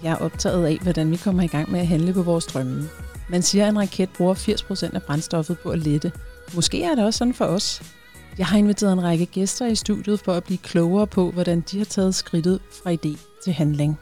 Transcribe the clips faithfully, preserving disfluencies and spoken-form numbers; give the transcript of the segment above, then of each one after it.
Jeg er optaget af, hvordan vi kommer i gang med at handle på vores drømme. Man siger, at en raket bruger firs procent af brændstoffet på at lette. Måske er det også sådan for os. Jeg har inviteret en række gæster i studiet for at blive klogere på, hvordan de har taget skridtet fra idé til handling.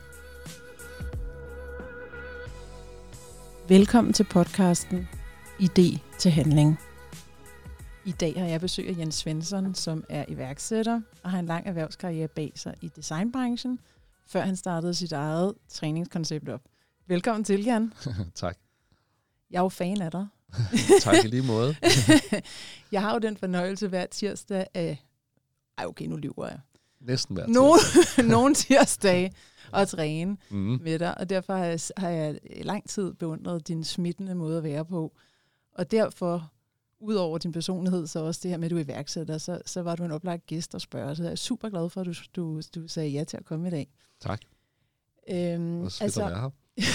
Velkommen til podcasten Idé til handling. I dag har jeg besøg af Jens Svensson, som er iværksætter og har en lang erhvervskarriere bag sig i designbranchen, før han startede sit eget træningskoncept op. Velkommen til, Jan. Tak. Jeg er jo fan af dig. Tak i lige måde. Jeg har jo den fornøjelse hver tirsdag af... Ej, okay, nu lyver jeg. Næsten hver Nogle, nogle tirsdage at træne mm. med dig, og derfor har jeg, har jeg i lang tid beundret din smittende måde at være på. Og derfor, udover din personlighed, så også det her med, at du er iværksætter, så, så var du en oplagt gæst og spørge. Så jeg er super glad for, at du, du, du sagde ja til at komme i dag. Tak. Øhm, Også altså, at være her.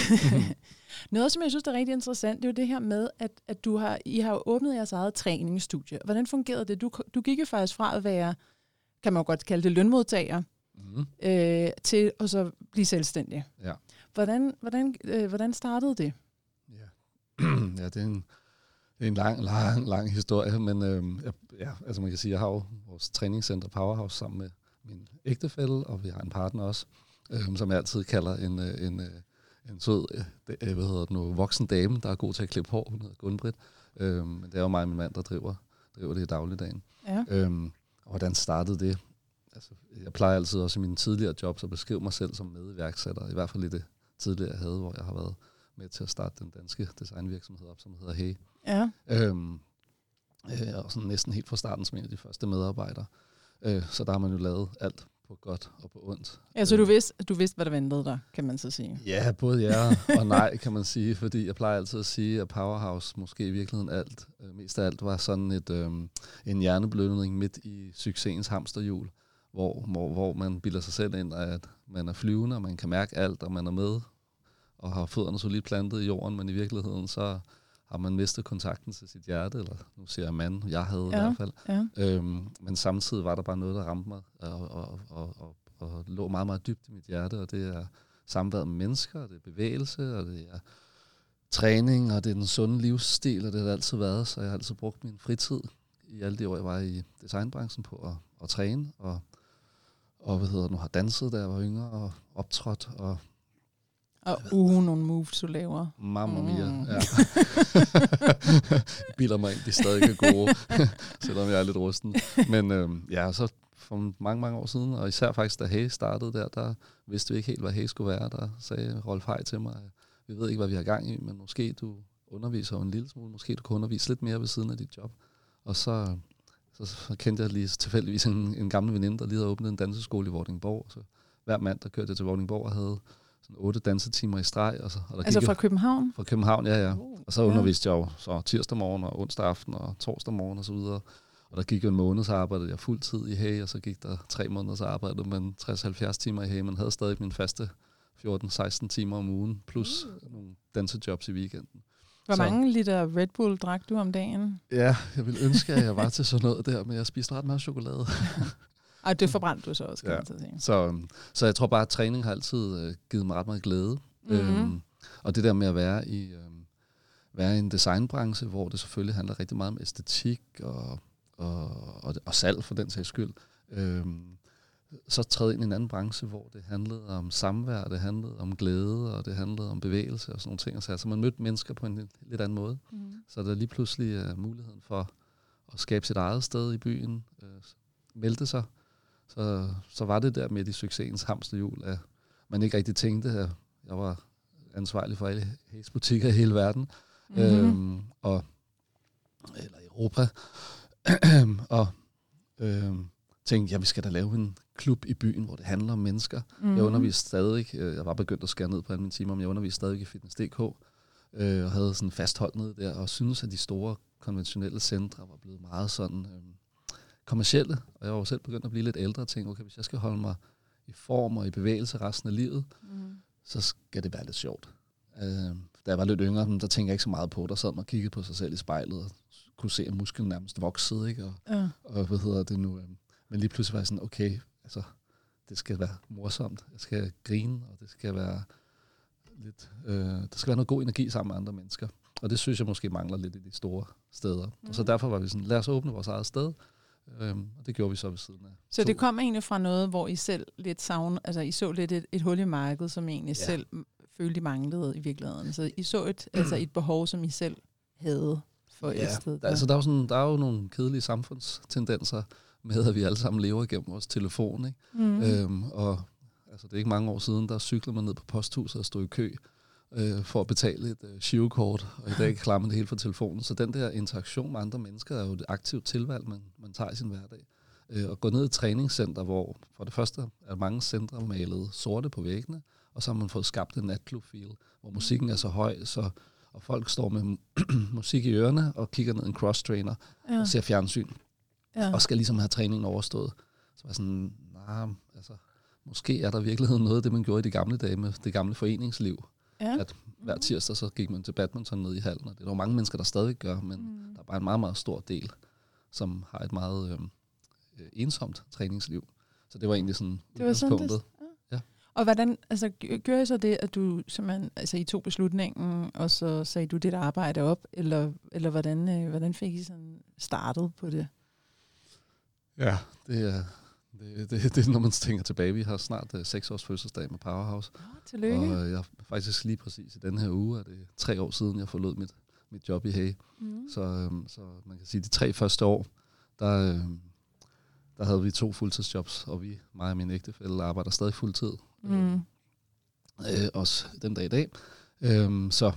Noget, som jeg synes er rigtig interessant, det er jo det her med, at, at du har, I har jo åbnet jeres eget træningsstudie. Hvordan fungerede det? Du, du gik jo faktisk fra at være, kan man jo godt kalde det, lønmodtager, mm. øh, til at så blive selvstændig. Ja. Hvordan, hvordan, øh, hvordan startede det? Ja, ja det, er en, det er en lang, lang, lang historie, men øh, jeg, ja, altså man kan sige, jeg har jo vores træningscenter Powerhouse sammen med min ægtefælle, og vi har en partner også, øh, som jeg altid kalder en, en, en sød, øh, hvad hedder det nu, voksen dame, der er god til at klippe hår. Hun hedder Gunn-Britt. Øh, men det er jo mig og min mand, der driver, driver det i dagligdagen. Ja. Øh, og hvordan startede det? Altså, jeg plejer altid også i mine tidligere jobs at beskrive mig selv som mediværksætter, i hvert fald i det tidligere jeg havde, hvor jeg har været med til at starte den danske designvirksomhed op, som hedder Hey. Ja. Øhm, øh, og sådan næsten helt fra starten som en af de første medarbejdere. Øh, så der har man jo lavet alt på godt og på ondt. Ja, så du vidste, du vidste, hvad der ventede dig, kan man så sige? Ja, både ja og nej, kan man sige, fordi jeg plejer altid at sige, at Powerhouse måske i virkeligheden alt, øh, mest af alt var sådan et, øh, en hjerneblødning midt i succesens hamsterhjul, hvor, hvor, hvor man bilder sig selv ind, at man er flyvende, og man kan mærke alt, og man er med, og har fødderne solidt plantet i jorden, men i virkeligheden så har man mistet kontakten til sit hjerte, eller nu siger jeg mand, jeg havde ja, i hvert fald. Ja. Øhm, men samtidig var der bare noget, der ramte mig, og, og, og, og, og lå meget, meget dybt i mit hjerte, og det er samværet med mennesker, og det er bevægelse, og det er træning, og det er den sunde livsstil, og det har det altid været, så jeg har altid brugt min fritid i alle de år, jeg var i designbranchen på at, at træne, og, og hvad hedder nu har danset, da jeg var yngre, og optrådt, og Og uh, nogle moves, du laver. Mamma mia, mm. ja. Biler mig ind, de stadig er gode, selvom jeg er lidt rusten. Men øhm, ja, så for mange, mange år siden, og især faktisk da Hey startede der, der vidste vi ikke helt, hvad Hey skulle være. Der sagde Rolf Hej til mig, vi ved ikke, hvad vi har gang i, men måske du underviser en lille smule, måske du kan undervise lidt mere ved siden af dit job. Og så, så, så kendte jeg lige tilfældigvis en, en gammel veninde, der lige havde åbnet en danseskole i Vordingborg. Så hver mand, der kørte til Vordingborg, og havde otte dansetimer i streg. Og så, og der altså gik fra jo, København? Fra København, ja, ja. Oh, og så underviste ja. jeg jo så tirsdag morgen og onsdag aften og torsdag morgen og så videre. Og der gik jo en måned, så arbejdede jeg fuld tid i Hey, og så gik der tre måneder, så arbejdede man tres til halvfjerds timer i Hey. Man havde stadig min faste fjorten til seksten timer om ugen, plus uh. nogle dansejobs i weekenden. Hvor så, mange liter Red Bull drak du om dagen? Ja, jeg ville ønske, at jeg var til sådan noget der, men jeg spiste ret meget chokolade. Og det forbrændte du så også, kan ja. man så sige. Så, så jeg tror bare, at træning har altid øh, givet mig ret meget glæde. Mm-hmm. Øhm, og det der med at være i, øhm, være i en designbranche, hvor det selvfølgelig handler rigtig meget om æstetik og, og, og, og salg for den sags skyld, øhm, så træde ind i en anden branche, hvor det handlede om samvær, det handlede om glæde, og det handlede om bevægelse og sådan nogle ting. Så altså, man mødte mennesker på en lidt, lidt anden måde. Mm. Så der lige pludselig er muligheden for at skabe sit eget sted i byen, øh, meldte sig. Så, så var det der midt i succesens hamsterhjul, at man ikke rigtig tænkte, at jeg var ansvarlig for alle Heys butikker i hele verden, mm-hmm. øhm, og, eller Europa, og øhm, tænkte, ja, vi skal da lave en klub i byen, hvor det handler om mennesker. Mm-hmm. Jeg underviste stadig, jeg var begyndt at skære ned på alle mine timer, men jeg underviste stadig i Fitness punktum d k, øh, og havde sådan fastholdt ned der, og synes at de store konventionelle centre var blevet meget sådan øhm, kommercielle, og jeg var jo selv begyndt at blive lidt ældre og tænkte, okay, hvis jeg skal holde mig i form og i bevægelse resten af livet, mm. så skal det være lidt sjovt. Øh, da jeg var lidt yngre, der tænkte jeg ikke så meget på, der sad man og kiggede på sig selv i spejlet, og kunne se, at musklen nærmest voksede, ikke? Og, ja. og hvad hedder det nu? Øh, men lige pludselig var jeg sådan, okay, altså, det skal være morsomt, jeg skal grine, og det skal være lidt øh, der skal være noget god energi sammen med andre mennesker. Og det synes jeg måske mangler lidt i de store steder. Mm. Og så derfor var vi sådan, lad os åbne vores eget sted. Øhm, og det gjorde vi så ved siden af. Så det kom egentlig fra noget, hvor I selv lidt savn, altså I så lidt et, et hul i markedet, som I egentlig ja. selv følte, I manglede i virkeligheden. Så I så et, altså et behov, som I selv havde for ja. et sted. Der. Altså der er, jo sådan, der er jo nogle kedelige samfundstendenser med, at vi alle sammen lever igennem vores telefon. Ikke? Mm. Øhm, og altså, det er ikke mange år siden, der cyklede man ned på posthuset og stod i kø øh, for at betale et øh, girokort, og i dag klarer man det hele fra telefonen. Så den der interaktion med andre mennesker er jo et aktivt tilvalg, man, man tager i sin hverdag. Øh, og gå ned i et træningscenter, hvor for det første er mange centre malet sorte på væggene, og så har man fået skabt en natklub-feel, hvor musikken er så høj, så, og folk står med musik i ørerne og kigger ned i en cross-trainer ja. og ser fjernsyn, ja. og skal ligesom have træningen overstået. Så var sådan, nej, nah, altså, måske er der i virkeligheden noget af det, man gjorde i de gamle dage med det gamle foreningsliv. Ja. At hver tirsdag så gik man til badminton ned i hallen, og det er der mange mennesker, der stadig gør, men mm. der er bare en meget, meget stor del, som har et meget øh, ensomt træningsliv. Så det var egentlig sådan udgangspunktet. Ja. Og hvordan, altså, gør I så det, at du simpelthen, altså I tog beslutningen, og så sagde du dit arbejde op, eller, eller hvordan, øh, hvordan fik I sådan startet på det? Ja, det er, det, det, det er, når man tænker tilbage. Vi har snart uh, seks års fødselsdag med Powerhouse. Oh, tillykke. Og uh, jeg faktisk lige præcis i denne her uge, er det tre år siden, jeg forlod mit, mit job i Hey. Mm. Så, um, så man kan sige, de tre første år, der, um, der havde vi to fuldtidsjobs, og vi, mig og min ægtefælle, arbejder stadig fuldtid. Mm. Øh, også den dag i dag. Um, så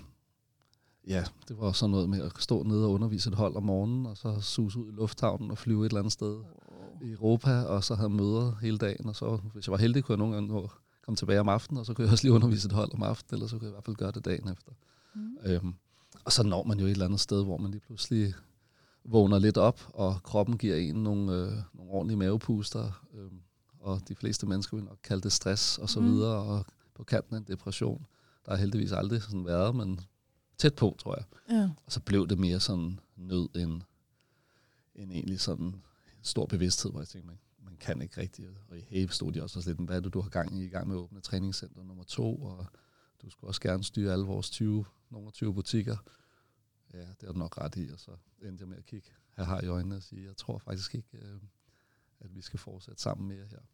ja, det var sådan noget med at stå nede og undervise et hold om morgenen, og så suse ud i lufthavnen og flyve et eller andet sted i Europa, og så havde møder hele dagen, og så, hvis jeg var heldig, kunne jeg nogle gange komme tilbage om aftenen, og så kunne jeg også lige undervise et hold om aftenen, eller så kunne jeg i hvert fald gøre det dagen efter. Mm. Øhm, og så når man jo et eller andet sted, hvor man lige pludselig vågner lidt op, og kroppen giver en nogle, øh, nogle ordentlige mavepuster, øh, og de fleste mennesker vil nok kalde det stress, og så mm. videre, og på kanten af en depression. Der har heldigvis aldrig sådan været, men tæt på, tror jeg. Ja. Og så blev det mere sådan nød end, end egentlig sådan stor bevidsthed, hvor jeg tænkte, man, man kan ikke rigtigt. Og i Hey stod de også lidt, hvad er det, du har gang i, i gang med at åbne træningscenter nummer to, og du skulle også gerne styre alle vores tyve, nogle tyve butikker. Ja, det er du nok ret i, og så endte jeg med at kigge her har i øjnene og sige, jeg tror faktisk ikke, øh, at vi skal fortsætte sammen mere her.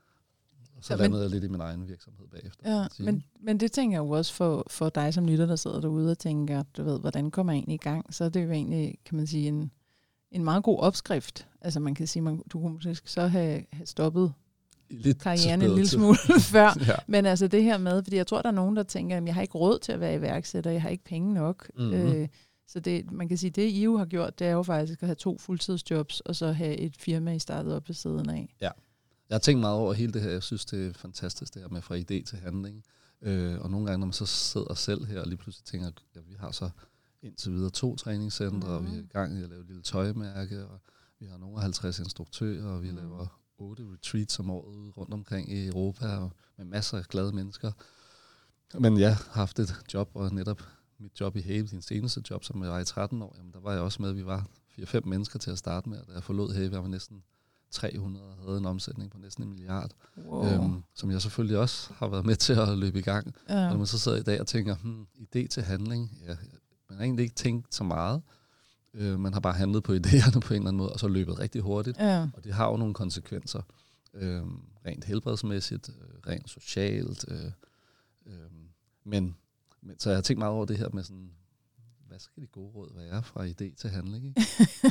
Og så ja, landede jeg lidt i min egen virksomhed bagefter. Ja, men, men det tænker jeg jo også for, for dig som lytter, der sidder derude og tænker, du ved, hvordan kommer jeg egentlig i gang? Så er det jo egentlig, kan man sige, en, en meget god opskrift. Altså man kan sige, man, du kunne måske så have, have stoppet lidt karrieren en lille smule før. Ja. Men altså det her med, fordi jeg tror, der er nogen, der tænker, at jeg har ikke råd til at være iværksætter, jeg har ikke penge nok. Mm-hmm. Øh, så det, man kan sige, det I jo har gjort, det er jo faktisk at have to fuldtidsjobs, og så have et firma, I startet op ved siden af. Ja. Jeg har tænkt meget over hele det her. Jeg synes, det er fantastisk, det her med fra idé til handling. Øh, og nogle gange, når man så sidder selv her og lige pludselig tænker, at ja, vi har så indtil videre to træningscentre, mm. og vi er i gang i at lave et lille tøjmærke, og vi har nogle halvtreds instruktører, og vi mm. laver otte retreats om året rundt omkring i Europa, og med masser af glade mennesker. Men jeg har haft et job, og netop mit job i Hey, din seneste job, som jeg var i tretten år, jamen der var jeg også med, vi var fire fem mennesker til at starte med, og da jeg forlod Hey, jeg var næsten tre hundrede og havde en omsætning på næsten en milliard, wow. øhm, som jeg selvfølgelig også har været med til at løbe i gang. Ja. Og når man så sidder i dag og tænker, hmm, idé til handling, ja, man har egentlig ikke tænkt så meget. Øh, man har bare handlet på idéerne på en eller anden måde, og så løbet rigtig hurtigt. Ja. Og det har jo nogle konsekvenser. Øh, rent helbredsmæssigt, øh, rent socialt. Øh, øh, men, men så jeg har tænkt meget over det her med sådan, hvad skal de gode råd være fra idé til handling? Ikke?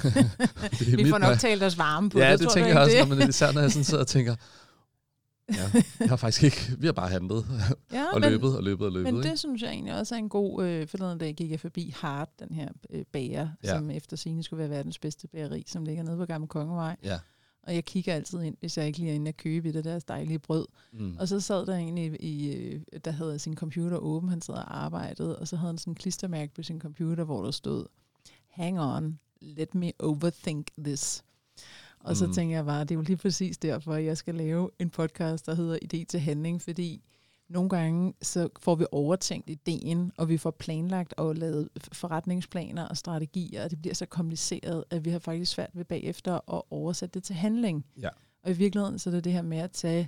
Vi får nok talt os varme på ja, det, det tror tænker jeg også, når man, især når jeg sådan sidder og tænker, ja, jeg har faktisk ikke, vi har bare handlet ja, og men, løbet og løbet og løbet. Men ikke? det synes jeg egentlig også er en god, øh, for den dag gik jeg forbi Hart, den her øh, bager, ja. som efter sigende skulle være verdens bedste bageri, som ligger nede på Gamle Kongevej. Ja. Og jeg kigger altid ind, hvis jeg ikke lige er inde og købe i det der dejlige brød. Mm. Og så sad der egentlig, i, der havde sin computer åben, han sad og arbejdede, og så havde han sådan en klistermærke på sin computer, hvor der stod, hang on, let me overthink this. Og mm. så tænker jeg bare, det er jo lige præcis derfor, at jeg skal lave en podcast, der hedder Idé til handling, fordi nogle gange så får vi overtænkt ideen, og vi får planlagt og lavet forretningsplaner og strategier, og det bliver så kompliceret, at vi har faktisk svært ved bagefter at oversætte det til handling. Ja. Og i virkeligheden så er det det her med at tage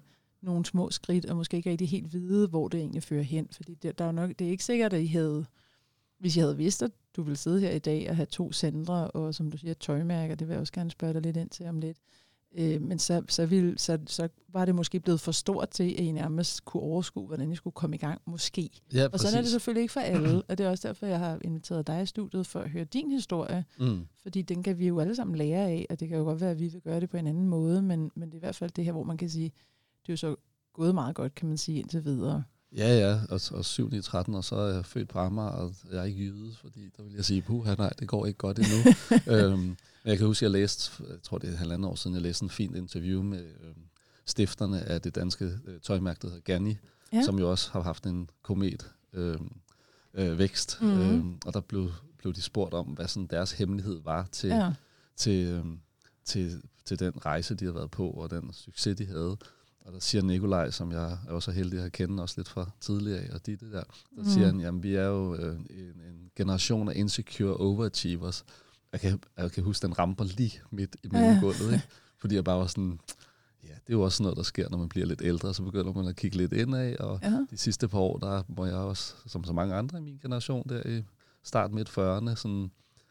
nogle små skridt, og måske ikke rigtig helt vide, hvor det egentlig fører hen. Fordi det, der er nok, det er ikke sikkert, at I havde, hvis jeg havde vidst, at du ville sidde her i dag og have to centre, og som du siger, tøjmærker, det vil jeg også gerne spørge dig lidt ind til om lidt. Øh, men så, så, ville, så, så var det måske blevet for stort til, at I nærmest kunne overskue, hvordan I skulle komme i gang, måske. Ja, og sådan er det selvfølgelig ikke for alle, og det er også derfor, jeg har inviteret dig i studiet for at høre din historie, mm. fordi den kan vi jo alle sammen lære af, og det kan jo godt være, at vi vil gøre det på en anden måde, men, men det er i hvert fald det her, hvor man kan sige, det er jo så gået meget godt, kan man sige, indtil videre. Ja, ja, og, og syv ni tretten, og så er jeg født på Amager, og jeg er ikke jyde, fordi der vil jeg sige, puh, nej, det går ikke godt endnu. øhm, men jeg kan huske, at jeg læste, jeg tror det er halvandet år siden, jeg læste en fint interview med øhm, stifterne af det danske øh, tøjmærke, der hedder Ganni, ja. Som jo også har haft en komet øhm, øh, vækst. Mm-hmm. øhm, og der blev, blev de spurgt om, hvad sådan deres hemmelighed var til, ja. til, øhm, til, til den rejse, de har været på, og den succes, de havde. Og der siger Nikolaj, som jeg er også heldig at kende også lidt fra tidligere af, og de det der, der mm. siger han, jamen vi er jo øh, en, en generation af insecure overachievers. Jeg kan, jeg kan huske, den ramper lige midt i mellemgulvet, ikke? Fordi jeg bare var sådan, ja, det er jo også noget, der sker, når man bliver lidt ældre, så begynder man at kigge lidt indad, og ja. De sidste par år, der må jeg også, som så mange andre i min generation, der i start midt fyrrerne, sådan,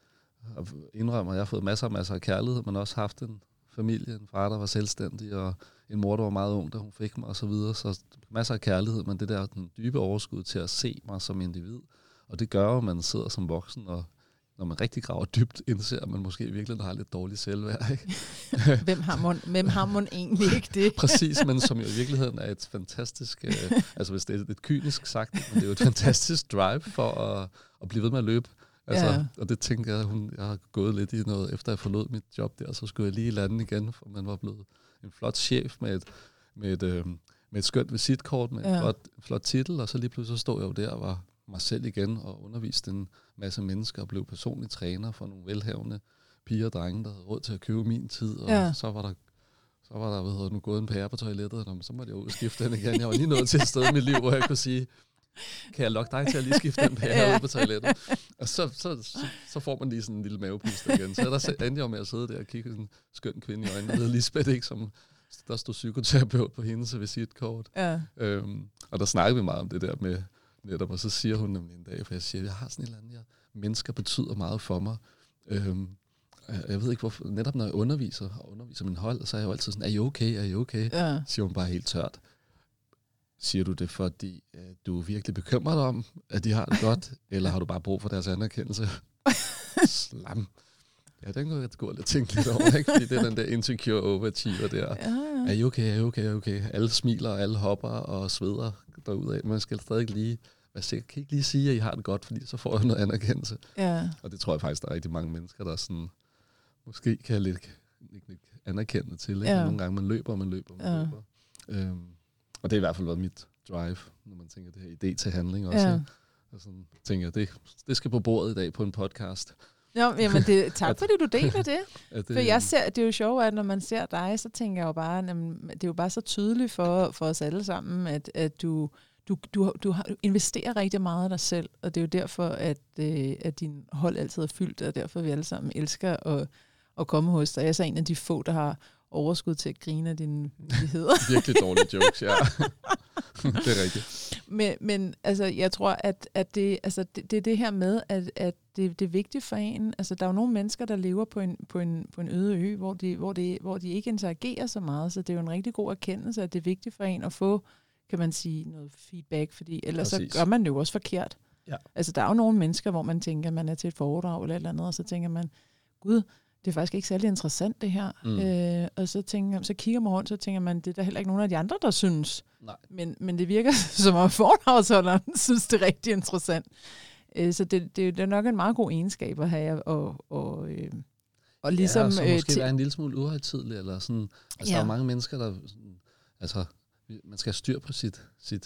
indrømmer, at jeg har fået masser og masser af kærlighed, men også haft en familie, en far, der var selvstændig, og en mor, der var meget ung, da hun fik mig, og så videre. Så masser af kærlighed, men det der den dybe overskud til at se mig som individ. Og det gør jo, at man sidder som voksen, og når man rigtig graver dybt, indser at man måske virkelig har lidt dårligt selvværd. Ikke? hvem, har man, hvem har man egentlig ikke det? Præcis, men som jo i virkeligheden er et fantastisk, øh, altså hvis det er lidt kynisk sagt, men det er jo et fantastisk drive for at, at blive ved med at løbe. Altså, ja. Og det tænker jeg, hun, jeg har gået lidt i noget, efter jeg forlod mit job der, så skulle jeg lige lande igen, for man var blevet en flot chef med et, med et, øh, med et skønt visitkort, med ja. en flot, flot titel, og så lige pludselig så stod jeg jo der og var mig selv igen, og underviste en masse mennesker, og blev personlig træner for nogle velhavende piger og drenge, der havde råd til at købe min tid, og ja. så var der så var der, hvad hedder nu, gået en pære på toilettet, og så måtte jeg ud og skifte den igen. Jeg var lige nået til et sted i mit liv, hvor jeg kunne sige, kan jeg lokke dig til at lige skifte den pære ja. ud på toilettet? Og så, så, så, så får man lige sådan en lille mavepuster igen. Så der endte jeg med at sidde der og kigge en skøn kvinde i øjnene, der hed Lisbeth, ikke, som der stod psykoterapeut på hendes visitkort. Ja. Øhm, og der snakkede vi meget om det der med netop, og så siger hun nemlig en dag, for jeg siger, jeg har sådan et eller andet, jeg, mennesker betyder meget for mig. Øhm, jeg ved ikke hvorfor, netop når jeg underviser, og underviser min hold, så er jeg jo altid sådan, er I okay, er I okay? Ja. Siger hun bare helt tørt. Siger du det, fordi uh, du er virkelig bekymret om, at de har det godt, eller har du bare brug for deres anerkendelse? Slam. Ja, den kan jeg gå lidt tænke lidt over, ikke? Fordi det er den der insecure overachiever der. Ja, ja. Er I okay, er I okay, er I okay? Alle smiler, og alle hopper og sveder derudad. Man skal stadig lige være sikker. Kan I ikke lige sige, at I har det godt, fordi så får jeg noget anerkendelse. Ja. Og det tror jeg faktisk, der er rigtig mange mennesker, der sådan, måske kan lidt, lidt, lidt anerkende til. Ikke? Ja. Nogle gange man løber, og man løber, man ja. løber. Øhm, og det er i hvert fald været mit drive, når man tænker det her idé til handling også. Ja. Og sådan tænker jeg, det, det skal på bordet i dag på en podcast. Jo, jamen det, tak fordi du deler det. det. For jeg ser, det er jo sjovt, at når man ser dig, så tænker jeg jo bare, jamen, det er jo bare så tydeligt for, for os alle sammen, at, at du, du, du, du, har, du investerer rigtig meget af dig selv, og det er jo derfor, at, øh, at din hold altid er fyldt, og derfor vi alle sammen elsker at, at komme hos dig. Jeg er så en af de få, der har overskud til at grine af dine vigtigheder. Virkelig dårlige jokes, ja. Det er rigtigt. Men, men altså, jeg tror, at, at det, altså, det, det er det her med, at, at det, det er vigtigt for en. Altså, der er jo nogle mennesker, der lever på en, på en, på en øde ø, hvor de, hvor, de, hvor de ikke interagerer så meget. Så det er jo en rigtig god erkendelse, at det er vigtigt for en at få, kan man sige, noget feedback, fordi ellers Præcis. så gør man det jo også forkert. Ja. Altså, der er jo nogle mennesker, hvor man tænker, at man er til et foredrag eller et eller andet, og så tænker man, gud, det er faktisk ikke særlig interessant, det her. Mm. Øh, og så, tænker, så kigger man rundt, så tænker man, det er der heller ikke nogen af de andre, der synes. Nej. Men, men det virker som om foredragsholderen synes, det er rigtig interessant. Øh, så det, det, det er nok en meget god egenskab at have. Og, og, øh, og ligesom, ja, og så måske øh, være en lille smule uhøjtidlig, eller sådan. Altså, ja. Der er mange mennesker, der... Sådan, altså, man skal have styr på sit... sit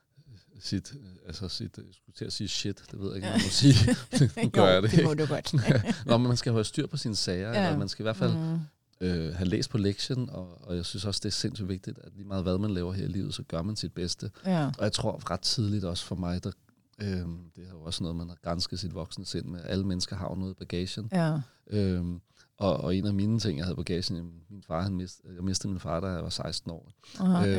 sit, altså sit, jeg skulle til at sige shit, det ved jeg ikke, hvad man må sige. Nu gør jo, jeg det, det må du godt. Nå, men man skal have styr på sine sager, ja. Eller man skal i hvert fald mm. øh, have læst på lektien, og, og jeg synes også, det er sindssygt vigtigt, at lige meget hvad man laver her i livet, så gør man sit bedste. Ja. Og jeg tror ret tidligt også for mig, der, øh, det er jo også noget, man har gransket sit voksne sind med. Alle mennesker har jo noget i bagagen. Ja. Øh, og, og en af mine ting, jeg havde i bagagen, min far, han mist, jeg mistede min far, da jeg var seksten år. Aha, øh, ja.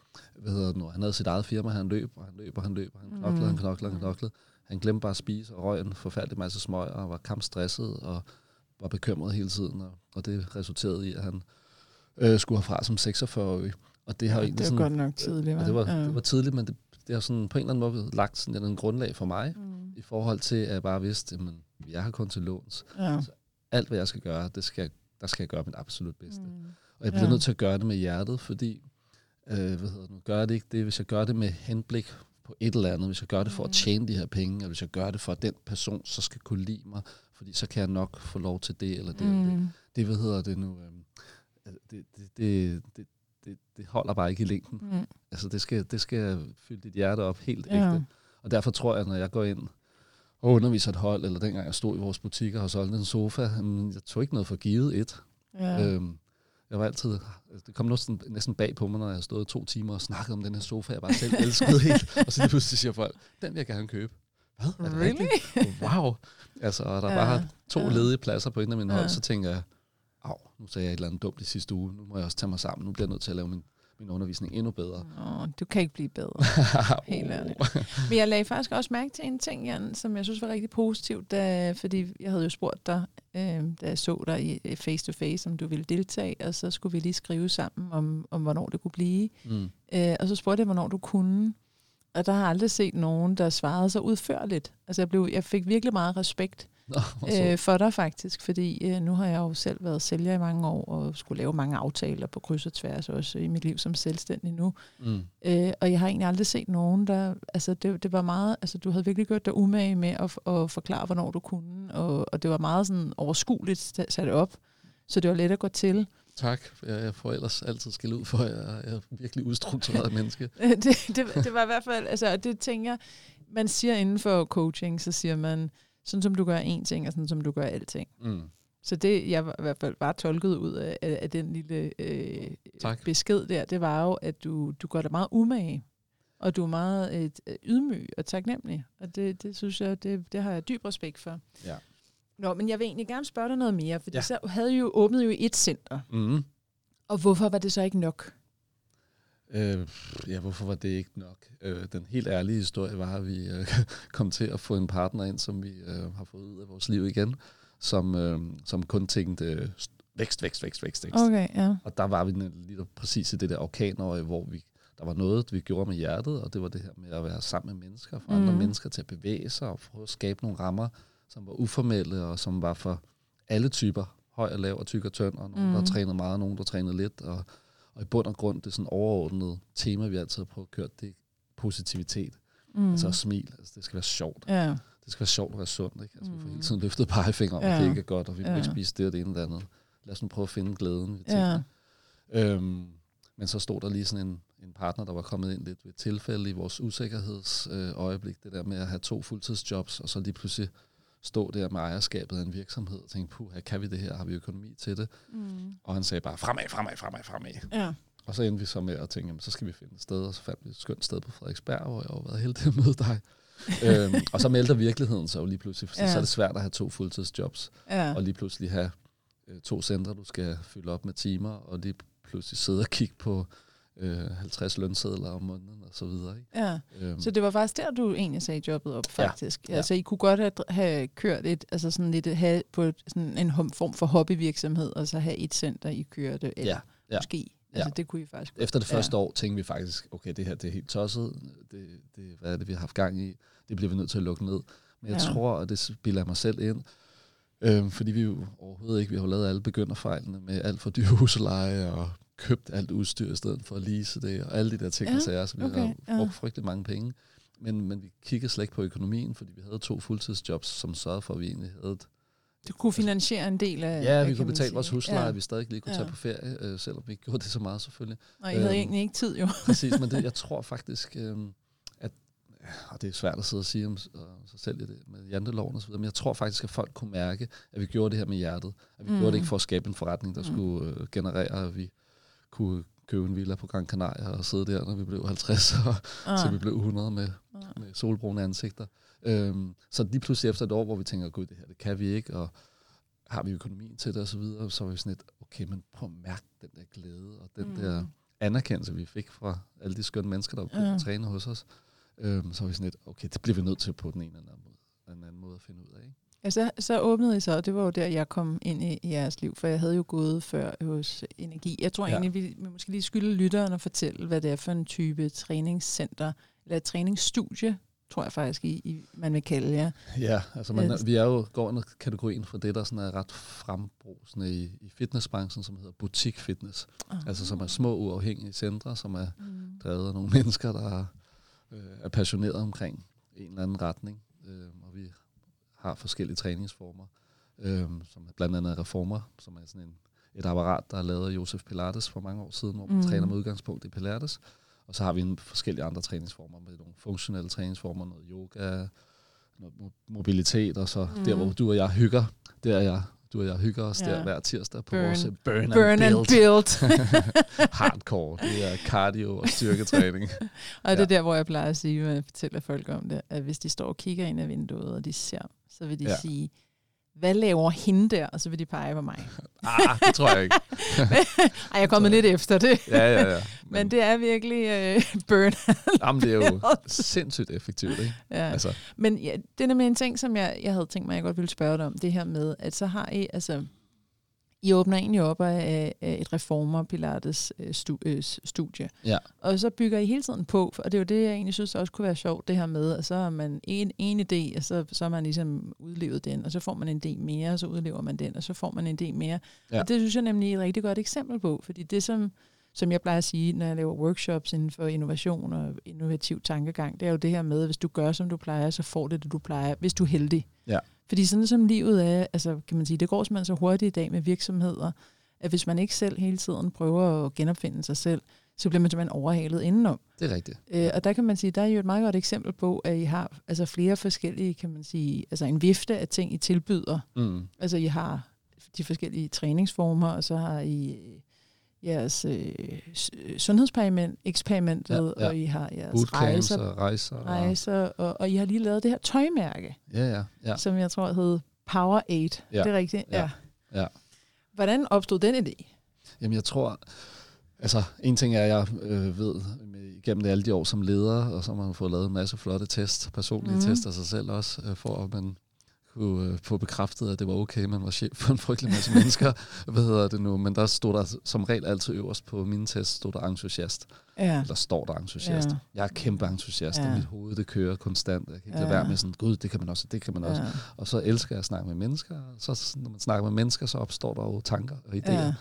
hvad hedder det nu, han havde sit eget firma, han løb, og han løb, og han løb, og han knoklede, mm. han knoklede, han knoklede. Han glemte bare at spise og røg en forfærdelig masse smøger, og var kampstresset, og var bekymret hele tiden, og, og det resulterede i, at han øh, skulle herfra som seksogfyrre-årig. Og det har ja, egentlig det var sådan, godt nok tidligt, øh, det, var, ja. det var tidligt, men det, det har sådan på en eller anden måde lagt sådan en grundlag for mig, mm. i forhold til, at jeg bare vidste, at jeg har kun til låns. Ja. Så alt, hvad jeg skal gøre, det skal, der skal jeg gøre mit absolut bedste. Mm. Og jeg bliver ja. nødt til at gøre det med hjertet, fordi, øh, hvad hedder det nu, gør det ikke det, hvis jeg gør det med henblik på et eller andet, hvis jeg gør det for at tjene de her penge, eller hvis jeg gør det for, at den person så skal kunne lide mig, fordi så kan jeg nok få lov til det, eller det, mm. eller det. Det, hvad hedder det nu, øh, det, det, det, det, det, det holder bare ikke i længden. Mm. Altså, det skal, det skal fylde dit hjerte op helt ja. ægte. Og derfor tror jeg, når jeg går ind og underviser et hold, eller dengang jeg stod i vores butikker og solgte en sofa, jeg tog ikke noget for givet et. Ja. Øhm, jeg var altid, det kom næsten, næsten bag på mig, når jeg stod to timer og snakkede om den her sofa, jeg bare selv elskede helt. Og så lige pludselig siger folk, den vil jeg gerne købe. Hvad? Er det really? rigtigt? Wow. Altså, og der ja. bare to ja. ledige pladser på en af mine hold, ja. så tænker jeg, au, nu sagde jeg et eller andet dumt i sidste uge, nu må jeg også tage mig sammen, nu bliver jeg nødt til at lave min min undervisning endnu bedre. Åh, du kan ikke blive bedre. Helt ærligt. Men jeg lagde faktisk også mærke til en ting, Jan, som jeg synes var rigtig positivt, da, fordi jeg havde jo spurgt dig, øh, da jeg så dig i face-to-face, om du ville deltage, og så skulle vi lige skrive sammen om, om hvornår det kunne blive. Mm. Øh, og så spurgte jeg, hvornår du kunne. Og der har jeg aldrig set nogen, der svarede så udførligt. Altså jeg, blev, jeg fik virkelig meget respekt Nå, øh, for dig faktisk, fordi øh, nu har jeg jo selv været sælger i mange år, og skulle lave mange aftaler på kryds og tværs, også i mit liv som selvstændig nu. Mm. Øh, og jeg har egentlig aldrig set nogen, der, altså det, det var meget, altså du havde virkelig gjort dig umage med at, at forklare, hvornår du kunne, og, og det var meget sådan overskueligt sat op, så det var let at gå til. Tak. Jeg, jeg får ellers altid skæld ud for, at jeg er virkelig udstruktureret menneske. det, det, det var i hvert fald, altså det tænker man siger inden for coaching, så siger man, sådan som du gør én ting, og sådan som du gør alting. Mm. Så det, jeg i hvert fald bare tolket ud af, af den lille øh, besked der, det var jo, at du, du gør dig meget umage, og du er meget et, ydmyg og taknemmelig. Og det, det synes jeg, det, det har jeg dyb respekt for. Ja. Nå, men jeg vil egentlig gerne spørge dig noget mere, for ja. så havde jo åbnet jo et center. Mm. Og hvorfor var det så ikke nok? Øh, ja, hvorfor var det ikke nok? Øh, den helt ærlige historie var, at vi øh, kom til at få en partner ind, som vi øh, har fået ud af vores liv igen, som, øh, som kun tænkte øh, vækst, vækst, vækst, vækst, vækst. Okay, ja. Og der var vi lige præcis i det der orkanår, hvor vi, der var noget, vi gjorde med hjertet, og det var det her med at være sammen med mennesker, få mm. andre mennesker til at bevæge sig, og prøve at skabe nogle rammer, som var uformelle, og som var for alle typer, høj og lav og tyk og tynd, og nogen, mm. der trænede meget, og nogen, der trænede lidt, og Og i bund og grund, det sådan overordnede tema, vi altid har prøvet at køre, det er positivitet. Mm. Altså smil. Altså, det skal være sjovt. Ja. Det skal være sjovt at være sund. Ikke? Altså, mm. vi får hele tiden løftet pegefinger om, ja. at det ikke er godt, og vi må ja. ikke spise det og det ene eller andet. Lad os nu prøve at finde glæden ved tingene. Ja. Øhm, men så stod der lige sådan en, en partner, der var kommet ind lidt ved et tilfælde i vores usikkerhedsøjeblik. Øh, det der med at have to fuldtidsjobs, og så lige pludselig stå der med ejerskabet af en virksomhed og tænke, puh, kan vi det her? Har vi økonomi til det? Mm. Og han sagde bare, fremad, fremad, fremad, fremad. Ja. Og så endte vi så med at tænke, jamen, så skal vi finde et sted, og så fandt vi et skønt sted på Frederiksberg, hvor jeg har været heldig at møde dig. øhm, og så meldte virkeligheden så jo lige pludselig, for ja. så er det svært at have to fuldtidsjobs, ja. og lige pludselig have øh, to centre, du skal fylde op med timer, og lige pludselig sidde og kigge på Øh, halvtreds lønsedler om måneden og så videre. Ikke? Ja. Øhm. Så det var faktisk der, du egentlig sagde jobbet op, faktisk. Ja. Ja. Altså, I kunne godt have, have kørt et, altså sådan lidt, have på et, sådan en form for hobbyvirksomhed, og så have et center, I kørte, eller ja. Ja. måske. Altså, ja. det kunne I faktisk godt. Efter det første ja. år tænkte vi faktisk, okay, det her det er helt tosset. Det, det, hvad er det, vi har haft gang i? Det bliver vi nødt til at lukke ned. Men jeg ja. tror, og det bilder mig selv ind, øhm, fordi vi jo overhovedet ikke, vi har lavet alle begynderfejlene med alt for dyr husleje og købt alt udstyr i stedet for at lease det, og alle de der ting, ja, så, så vi okay, har brugt ja. frygtelig mange penge. Men, men vi kiggede slet ikke på økonomien, fordi vi havde to fuldtidsjobs, som sørgede for, at vi egentlig havde et... Du kunne finansiere en del af... Ja, vi kunne betale vores husleje, ja. vi stadig lige kunne ja. tage på ferie, øh, selvom vi ikke gjorde det så meget selvfølgelig. Og I havde øhm, egentlig ikke tid jo. Præcis, men det, jeg tror faktisk, øh, at... Og det er svært at sidde og sige om øh, sig selv i det, med janteloven og så videre, men jeg tror faktisk, at folk kunne mærke, at vi gjorde det her med hjertet. At vi mm. gjorde det ikke for at skabe en forretning, der mm. skulle øh, generere, at vi kunne købe en villa på Gran Canaria og sidde der, når vi blev halvtreds, og ah. til vi blev hundrede med, ah. med solbrune ansigter. Øhm, så lige pludselig efter et år, hvor vi tænker, gud, det her, det kan vi ikke, og har vi økonomien til det og så videre, så var vi sådan lidt, okay, men prøv at mærke den der glæde, og den mm. der anerkendelse, vi fik fra alle de skønne mennesker, der var Ja. på træne hos os, øhm, så var vi sådan lidt, okay, det bliver vi nødt til på den ene eller anden måde, en anden måde at finde ud af. Ikke? Ja, så, så åbnede I så, og det var jo der, jeg kom ind i, i jeres liv, for jeg havde jo gået før hos Energi. Jeg tror Ja. egentlig, vi, vi måske lige skylde lytteren at fortælle, hvad det er for en type træningscenter, eller et træningsstudie, tror jeg faktisk, i, i, man vil kalde jer. Ja, altså man, Ja. vi er jo går under kategorien for det, der sådan er ret frembrusende i, i fitnessbranchen, som hedder butik fitness. Oh. Altså som er små uafhængige centre, som er Mm. drevet af nogle mennesker, der øh, er passionerede omkring en eller anden retning. Øh, og vi har forskellige træningsformer, øh, som er blandt andet reformer, som er sådan en, et apparat, der er lavet af Josef Pilates for mange år siden, hvor man Mm. træner med udgangspunkt i Pilates. Og så har vi en forskellige andre træningsformer med nogle funktionelle træningsformer, noget yoga, noget mo- mobilitet, og så Mm. der, hvor du og jeg hygger, der er jeg, du og jeg hygger os Ja. der hver tirsdag på Burn. vores uh, burn, Burn and and build. build. Hardcore. Det er cardio og styrketræning. Og det er Ja. der, hvor jeg plejer at sige, når jeg fortæller folk om det, at hvis de står og kigger ind ad vinduet, og de ser, så vil de Ja. sige, hvad laver hende der? Og så vil de pege på mig. Ah, det tror jeg ikke. Ej, jeg er kommet lidt efter det. Ja, ja, ja. Men det er virkelig øh, burn. Jamen, det er jo sindssygt effektivt, ikke? Ja. Altså, Men ja, det er nemlig en ting, som jeg, jeg havde tænkt mig, jeg godt ville spørge dig om, det her med, at så har I, altså, I åbner egentlig op af, af et reformer Pilates øh, stu, øh, studie. ja. Og så bygger I hele tiden på, og det er jo det, jeg egentlig synes også kunne være sjovt, det her med, at så har man en, en idé, og så, så har man ligesom udlevet den, og så får man en idé mere, og så udlever man den, og så får man en idé mere. Ja. Og det synes jeg nemlig er et rigtig godt eksempel på, fordi det som, som jeg plejer at sige, når jeg laver workshops inden for innovation og innovativ tankegang, det er jo det her med, at hvis du gør, som du plejer, så får det det, du plejer, hvis du er heldig. Ja. Fordi sådan som livet er, altså kan man sige, det går simpelthen så hurtigt i dag med virksomheder, at hvis man ikke selv hele tiden prøver at genopfinde sig selv, så bliver man simpelthen overhalet indenom. Det er rigtigt. Øh, og der kan man sige, der er jo et meget godt eksempel på, at I har altså flere forskellige, kan man sige, altså en vifte af ting, I tilbyder. Mm. Altså I har de forskellige træningsformer, og så har I jeres øh, sundhedseksperimentet, Ja, ja. og I har jeres Bootcamps rejser, og rejser. Og, rejser og, og I har lige lavet det her tøjmærke, ja, ja, ja. som jeg tror hed Power otte. Ja. Det er rigtigt? Ja. Ja. Hvordan opstod den idé? Jamen, jeg tror, altså, en ting er, at jeg øh, ved, med, gennem alle de år som leder, og så har man fået lavet en masse flotte tests, personlige Mhm. mm. tests af sig selv også, øh, for at man kunne øh, få bekræftet, at det var okay, man var chef for en frygtelig masse mennesker. Hvad hedder det nu? Men der stod der som regel altid øverst på mine tests, stod der entusiast. Ja. Eller står der entusiast. Ja. Jeg er kæmpe entusiast, Ja. og mit hoved, det kører konstant. Jeg kan ikke Ja. lade være med sådan, gud, det kan man også, det kan man også. Ja. Og så elsker jeg at snakke med mennesker. Og så når man snakker med mennesker, så opstår der jo tanker og idéer. Ja.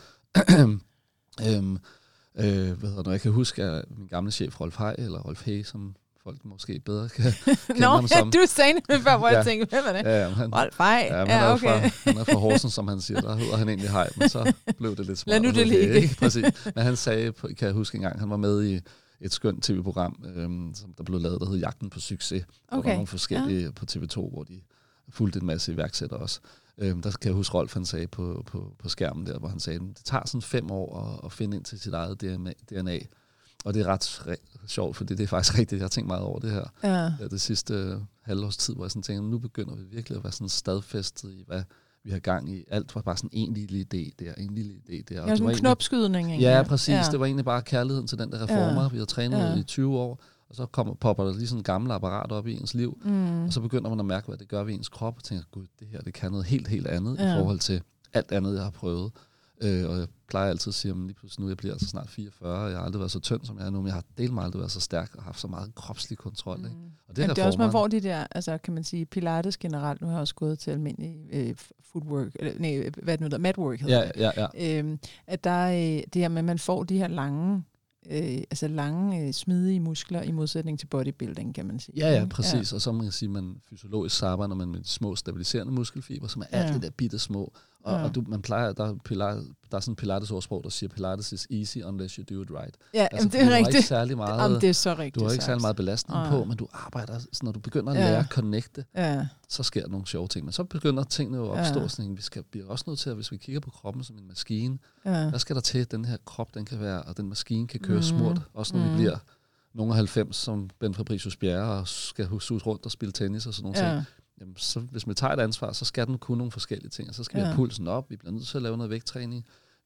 øhm, øh, hvad hedder det, jeg kan huske, at min gamle chef, Rolf Hay, eller Rolf Hay, som folk måske bedre kan kende Nå, ham som. du sagde det før, hvor Ja. jeg tænkte, hvem er det? Ja, jamen, han, Rolf Hay. ja, men Ja, han, er jo okay. fra, han er fra Horsens, som han siger. Der hedder han egentlig Hay, men så blev det lidt smart. Lad nu det ligge. Ikke? Præcis. Men han sagde, på- kan jeg huske engang, han var med i et skønt tv-program, øhm, som der blev lavet, der hed Jagten på Succes. Der Okay. var nogle forskellige ja. på T V to, hvor de fulgte en masse iværksættere også. Øhm, der kan jeg huske, Rolf han sagde på, på, på skærmen der, hvor han sagde, det tager sådan fem år at, at finde ind til sit eget D N A. Og det er ret re- sjovt, for det er faktisk rigtigt. Jeg har tænkt meget over det her. Ja. Ja, det sidste øh, halvårs tid, hvor jeg sådan tænker, nu begynder vi virkelig at være sådan stadfæstet i, hvad vi har gang i. Alt var bare sådan en lille idé der, en lille idé der. Og Ja, det sådan var en egentlig- knopskydning. egentlig. Ja, præcis. Ja. Det var egentlig bare kærligheden til den der reformer. Ja. Vi har trænet Ja. i tyve år, og så kommer, popper der lige sådan en gammel apparat op i ens liv. Mm. Og så begynder man at mærke, hvad det gør ved ens krop, og tænker, gud, det her det kan noget helt, helt andet Ja. i forhold til alt andet, jeg har prøvet. Øh, og jeg plejer altid at sige, at lige pludselig nu jeg bliver altså snart fireogfyrre, og jeg har aldrig været så tynd, som jeg er nu, men jeg har delt mig aldrig været så stærk og haft så meget kropslig kontrol. Ikke? Mm. Og Det, er det er også, man reformerne. får de der, altså kan man sige, Pilates generelt, nu har jeg også gået til almindelig øh, footwork, eller nej, hvad er det nu der, matwork hedder Ja, ja, ja. det. Øhm, at der er øh, det her med, at man får de her lange, øh, altså lange, øh, smidige muskler i modsætning til bodybuilding, kan man sige. Ja, ja, ikke? præcis. Ja. Og så man kan sige, at man fysiologisk arbejder man med de små stabiliserende muskelfiber, som er alt Ja. det der bitte små. Og, Ja. og du, man plejer, der er, pilates, der er sådan en Pilates-ordsprog, der siger, Pilates is easy unless you do it right. Ja, Altså, jamen, det fordi er du har ikke rigtigt. særlig meget, Jamen, det er så rigtigt du har ikke særlig sagt. meget belastning Nej. på, men du arbejder, så når du begynder at Ja. lære at connecte, Ja, så sker der nogle sjove ting. Men så begynder tingene jo at opstå. Ja. Sådan, vi skal bliver også nødt til, at hvis vi kigger på kroppen som en maskine, ja. hvad skal der til, at den her krop, den kan være, og den maskine kan køre Mhm. smurt, også når Mhm. vi bliver nogle af halvfems, som Ben Fabricius Bjerre, og skal sus rundt og spille tennis og sådan nogle ting. Ja. Jamen, så hvis vi tager et ansvar, så skal den kunne nogle forskellige ting. Og så skal vi Ja. have pulsen op, vi bliver nødt til at lave noget vægttræning,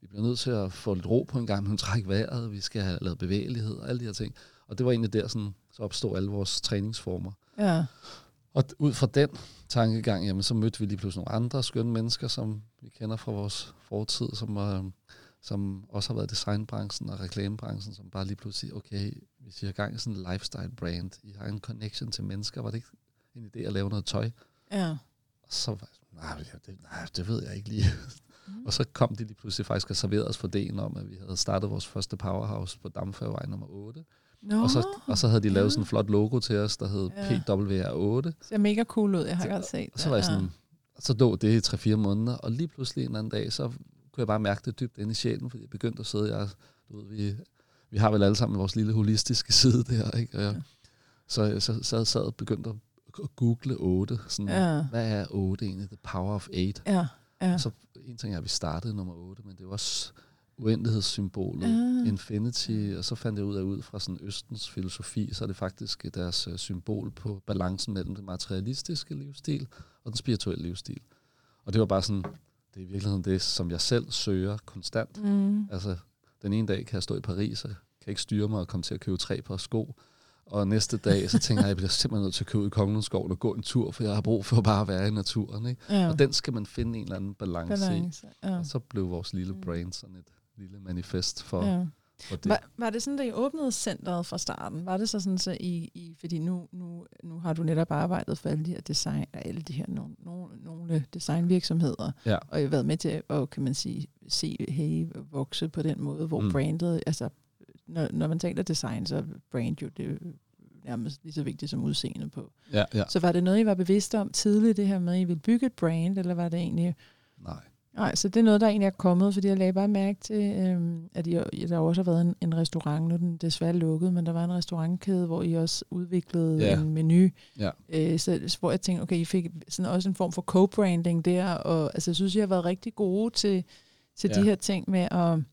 vi bliver nødt til at få lidt ro på en gang, men trække vejret, vi skal have lavet bevægelighed og alle de her ting. Og det var egentlig der, sådan, så opstod alle vores træningsformer. Ja. Og ud fra den tankegang, jamen, så mødte vi lige pludselig nogle andre skønne mennesker, som vi kender fra vores fortid, som, øh, som også har været i designbranchen og reklamebranchen, som bare lige pludselig siger, okay, hvis I har gang i sådan en lifestyle brand, I har en connection til mennesker, var det ikke en idé at lave noget tøj? Ja. Og så var jeg, nej, det, nej, det ved jeg ikke lige. Mm. Og så kom de lige pludselig faktisk og serverede os for ideen om, at vi havde startet vores første powerhouse på Damfærgevej nummer otte. No. Og, så, og så havde de lavet sådan en flot logo til os, der hed ja. P W R otte. Det ser mega cool ud, jeg har godt set. Og så var jeg sådan, ja. så lå det i tre fire måneder, og lige pludselig en eller anden dag, så kunne jeg bare mærke det dybt inde i sjælen, fordi jeg begyndte at sidde, jeg, du ved, vi, vi har vel alle sammen vores lille holistiske side der, ikke? Og jeg, ja. Så, så, så sad og begyndte at google otte, sådan, ja. Hvad er otte egentlig? The power of eight. Ja. Ja. Så en ting er, at vi startede nummer otte, men det var også uendelighedssymbolet, ja. Infinity, og så fandt jeg ud af, ud fra sådan Østens filosofi, så er det faktisk deres uh, symbol på balancen mellem den materialistiske livsstil og den spirituelle livsstil. Og det var bare sådan, det er i virkeligheden det, som jeg selv søger konstant. Mm. Altså, den ene dag kan jeg stå i Paris, og kan ikke styre mig og komme til at købe tre par sko, og næste dag, så tænker jeg, at jeg bliver simpelthen nødt til at købe ud i Kongenskoven og gå en tur, for jeg har brug for bare at være i naturen. Ikke? Ja. Og den skal man finde en eller anden balance, balance i. Ja. Og så blev vores lille brand sådan et lille manifest for, ja. for det. Var, var det sådan, da I åbnede centret fra starten? Var det så sådan, så I, I fordi nu, nu, nu har du netop arbejdet for alle de her design, alle de her nogle, nogle, nogle designvirksomheder, ja. og I har været med til at, kan man sige, se hey, vokse på den måde, hvor mm. brandet, altså Når, når man taler design, så er brand jo det nærmest lige så vigtigt som udseende på. Ja, ja. Så var det noget, I var bevidste om tidligt, det her med, at I ville bygge et brand, eller var det egentlig... Nej. Nej, så det er noget, der egentlig er kommet, fordi jeg lagde bare mærke til, øhm, at I, der også har været en, en restaurant, nu er den desværre lukket, men der var en restaurantkæde, hvor I også udviklede ja. en menu, ja. øh, så, hvor jeg tænkte, okay, I fik sådan også en form for co-branding der, og altså, jeg synes, I har været rigtig gode til, til ja. de her ting med at, Jamen,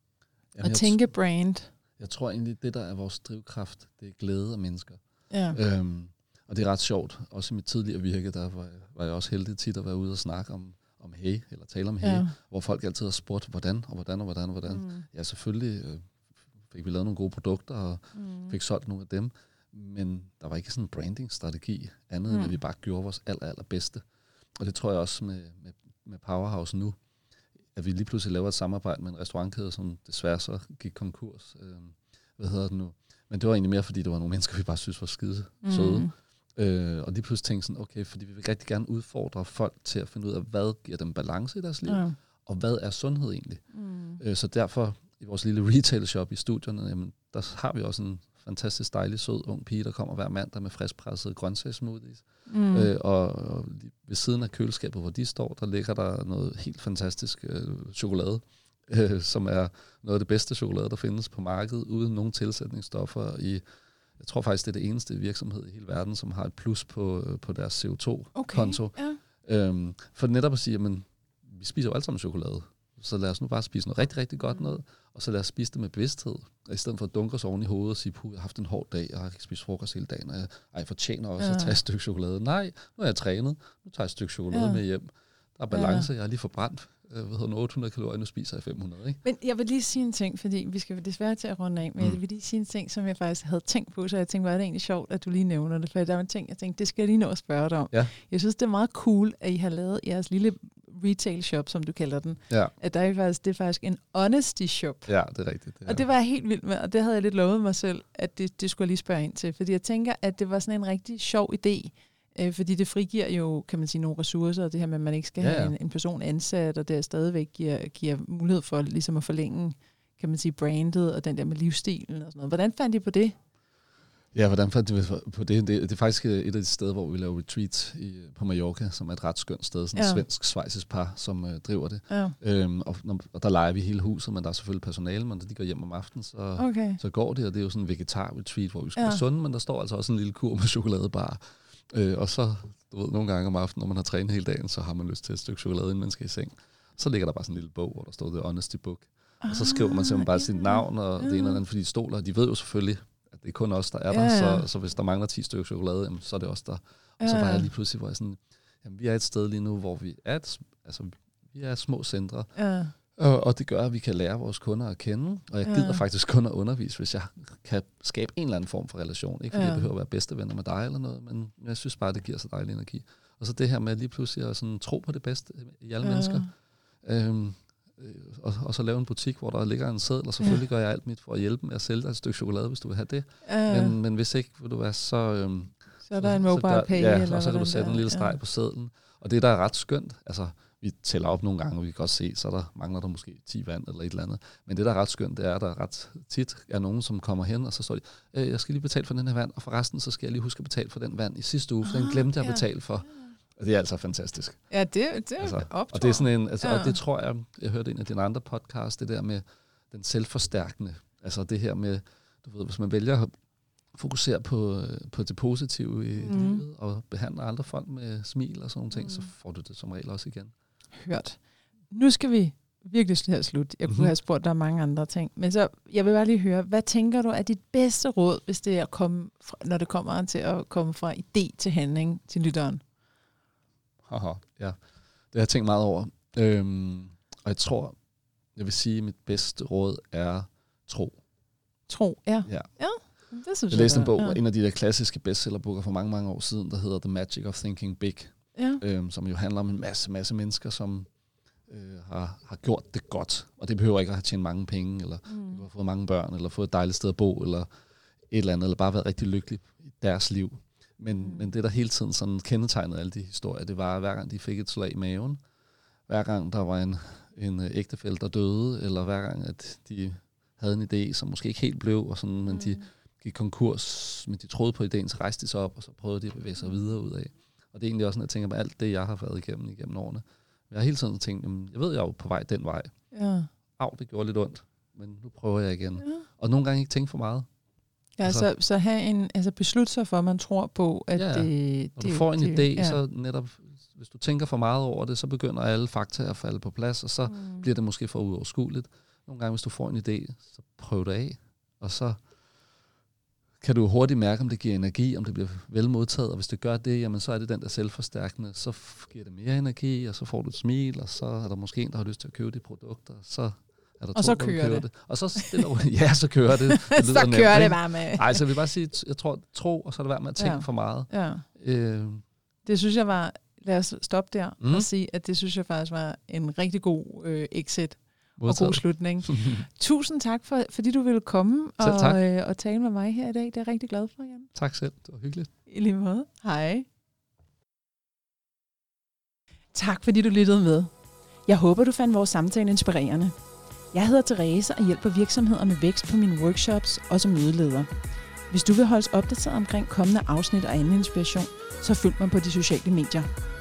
at tænke brand. Jeg tror egentlig, det der er vores drivkraft, det er glæde af mennesker. Ja. Øhm, og det er ret sjovt. Også i mit tidligere virke, der var jeg, var jeg også heldig tit at være ude og snakke om, om hey, eller tale om hey, ja. Hvor folk altid har spurgt, hvordan, og hvordan, og hvordan, og hvordan. Mm. Ja, selvfølgelig øh, fik vi lavet nogle gode produkter, og mm. fik solgt nogle af dem, men der var ikke sådan en branding-strategi, andet mm. end at vi bare gjorde vores aller, allerbedste. Og det tror jeg også med, med, med Powerhouse nu, at vi lige pludselig laver et samarbejde med en restaurantkæde, som desværre så gik konkurs. Øh, hvad hedder det nu? Men det var egentlig mere, fordi det var nogle mennesker, vi bare synes var skide mm. søde. Øh, og lige pludselig tænkte sådan, okay, fordi vi vil rigtig gerne udfordre folk til at finde ud af, hvad giver dem balance i deres liv, ja. Og hvad er sundhed egentlig? Mm. Øh, så derfor, i vores lille retail shop i studierne, jamen, der har vi også en fantastisk dejlig, sød, ung pige, der kommer hver mandag med friskpressede grøntsagssmoothies. Mm. Øh, og, og ved siden af køleskabet, hvor de står, der ligger der noget helt fantastisk øh, chokolade, øh, som er noget af det bedste chokolade, der findes på markedet, uden nogen tilsætningsstoffer i. Jeg tror faktisk, det er det eneste virksomhed i hele verden, som har et plus på, på deres C O to konto. Okay, ja. øhm, for netop at sige, jamen, vi spiser jo alle sammen chokolade, så lad os nu bare spise noget rigtig, rigtig godt mm. noget, og så lad os spise det med bevidsthed, i stedet for at dunke os oven i hovedet og sige, puh, jeg har haft en hård dag, jeg har ikke spist frokost hele dagen, og jeg, ej, jeg fortjener også ja. At tage et stykke chokolade. Nej, nu er jeg trænet, nu tager jeg et stykke chokolade ja. Med hjem. Der er balance, ja. Jeg har lige forbrændt øh, hvad hedder, otte hundrede kalorier, nu spiser jeg fem hundrede. Ikke? Men jeg vil lige sige en ting, fordi vi skal desværre til at runde af, men mm. jeg vil lige sige en ting, som jeg faktisk havde tænkt på, så jeg tænkte, hvor er det egentlig sjovt, at du lige nævner det, for der var en ting, jeg tænkte, det skal jeg lige nå at spørge dig om. Ja. Jeg synes, det er meget cool, at I har lavet jeres lille retail shop, som du kalder den. Ja. At der er faktisk, det er faktisk en honesty shop. Ja, det er rigtigt. Det er. Og det var jeg helt vild med, og det havde jeg lidt lovet mig selv, at det, det skulle jeg lige spørge ind til, fordi jeg tænker, at det var sådan en rigtig sjov idé, øh, fordi det frigiver jo, kan man sige, nogle ressourcer, og det her med, at man ikke skal ja, ja. have en, en person ansat, og det stadigvæk giver, giver mulighed for ligesom at forlænge, kan man sige, brandet, og den der med livsstilen og sådan noget. Hvordan fandt I på det? Ja, hvordan fandt du på det? det? Det er faktisk et af de steder, hvor vi laver retreat i, på Mallorca, som er et ret skønt sted. Sådan et ja. svensk-schweizisk par, som uh, driver det. Ja. Øhm, og, når, og der leger vi hele huset, men der er selvfølgelig personale, men når de går hjem om aftenen, så, okay. så går det, og det er jo sådan en vegetar-retreat, hvor vi skal ja. være sunde, men der står altså også en lille kur med chokoladebar. Øh, og så, du ved, nogle gange om aftenen, når man har trænet hele dagen, så har man lyst til et stykke chokolade, inden man skal i seng. Så ligger der bare sådan en lille bog, hvor der står The Honesty Book. Ah, og så skriver man simpelthen bare sit navn, og ja. det ene eller andet, fordi de stoler, de ved jo selvfølgelig, det er kun os, der er der, ja, ja. Så, så hvis der mangler ti stykker chokolade, jamen, så er det os der. Og ja. så var jeg lige pludselig, hvor jeg sådan, jamen, vi er et sted lige nu, hvor vi er, et, altså, vi er små centre, ja. Og, og det gør, at vi kan lære vores kunder at kende. Og jeg gider ja. faktisk kun at undervise, hvis jeg kan skabe en eller anden form for relation. Ikke fordi ja. jeg behøver at være bedste venner med dig eller noget, men jeg synes bare, det giver så dejlig energi. Og så det her med lige pludselig at sådan tro på det bedste i alle ja. mennesker. Øhm, og, og så lave en butik, hvor der ligger en seddel, og selvfølgelig ja. gør jeg alt mit for at hjælpe med at sælge dig et stykke chokolade, hvis du vil have det. Ja. Men, men hvis ikke, vil du være så... Øhm, så er der en mobile pay, ja, eller og så kan du sætte der, en lille streg ja. på sedlen. Og det, der er ret skønt, altså vi tæller op nogle gange, og vi kan godt se, så der mangler der måske ti vand eller et eller andet. Men det, der er ret skønt, det er, at der ret tit er nogen, som kommer hen, og så står de, øh, jeg skal lige betale for den her vand, og forresten, så skal jeg lige huske at betale for den vand i sidste uge, for ah, den glemte jeg at betale for. Og det er altså fantastisk. Ja, det, det er altså, optur. Og det er sådan en, altså, ja. og det tror jeg, jeg hørte en af dine andre podcasts, det der med den selvforstærkende. Altså det her med, du ved, hvis man vælger at fokusere på, på det positive i mm. livet, og behandler andre folk med smil og sådan nogle ting, mm. så får du det som regel også igen. Hørt. Nu skal vi virkelig have slut. Jeg kunne mm-hmm. have spurgt dig mange andre ting. Men så, jeg vil bare lige høre, hvad tænker du er dit bedste råd, hvis det er komme fra, når det kommer til at komme fra idé til handling til lytteren? Haha, ja. Det har jeg tænkt meget over. Øhm, og jeg tror, jeg vil sige, at mit bedste råd er tro. Tro, ja. Ja. ja. Det synes jeg læste en bog, ja. en af de der klassiske bestsellerboger for mange, mange år siden, der hedder The Magic of Thinking Big, ja. øhm, som jo handler om en masse, masse mennesker, som øh, har, har gjort det godt. Og det behøver ikke at have tjent mange penge, eller mm. have fået mange børn, eller fået et dejligt sted at bo, eller et eller andet, eller bare været rigtig lykkelig i deres liv. Men, mm. men det, der hele tiden sådan kendetegnede alle de historier, det var, at hver gang de fik et slag i maven, hver gang der var en, en ægtefælle, der døde, eller hver gang, at de havde en idé, som måske ikke helt blev, og sådan, mm. men de gik konkurs, men de troede på idéen, så rejste de sig op, og så prøvede de at bevæge sig videre ud af. Og det er egentlig også, når jeg tænker på alt det, jeg har været igennem igennem årene. Jeg har hele tiden tænkt, jamen, jeg ved, jeg er jo på vej den vej. Ja. Au, det gjorde lidt ondt, men nu prøver jeg igen. Ja. Og nogle gange ikke tænke for meget. Ja, altså, så, så have en, altså beslutte sig for, at man tror på, at ja, det... Når du får en det, idé, ja. så netop, hvis du tænker for meget over det, så begynder alle fakta at falde på plads, og så mm. bliver det måske for uoverskueligt. Nogle gange, hvis du får en idé, så prøv det af, og så kan du hurtigt mærke, om det giver energi, om det bliver vel modtaget, og hvis det gør det, jamen så er det den der selvforstærkende, så giver det mere energi, og så får du et smil, og så er der måske en, der har lyst til at købe de produkter, så er der og to, så kører det. det. Og så stiller du, ja, så kører det. det så kører nemt, det bare med. Nej, så jeg vil bare sige, jeg tror, tro, og så er det værd med at tænke ja. for meget. Ja. Øh. Det synes jeg var, lad os stoppe der mm. og sige, at det synes jeg faktisk var en rigtig god øh, exit. Modtaget. Og god slutning. Tusind tak, for, fordi du ville komme og, øh, og tale med mig her i dag. Det er jeg rigtig glad for, Jan. Tak selv. Det var hyggeligt. I lige måde. Hej. Tak, fordi du lyttede med. Jeg håber, du fandt vores samtale inspirerende. Jeg hedder Therese og hjælper virksomheder med vækst på mine workshops og som mødeleder. Hvis du vil holdes opdateret omkring kommende afsnit og anden inspiration, så følg mig på de sociale medier.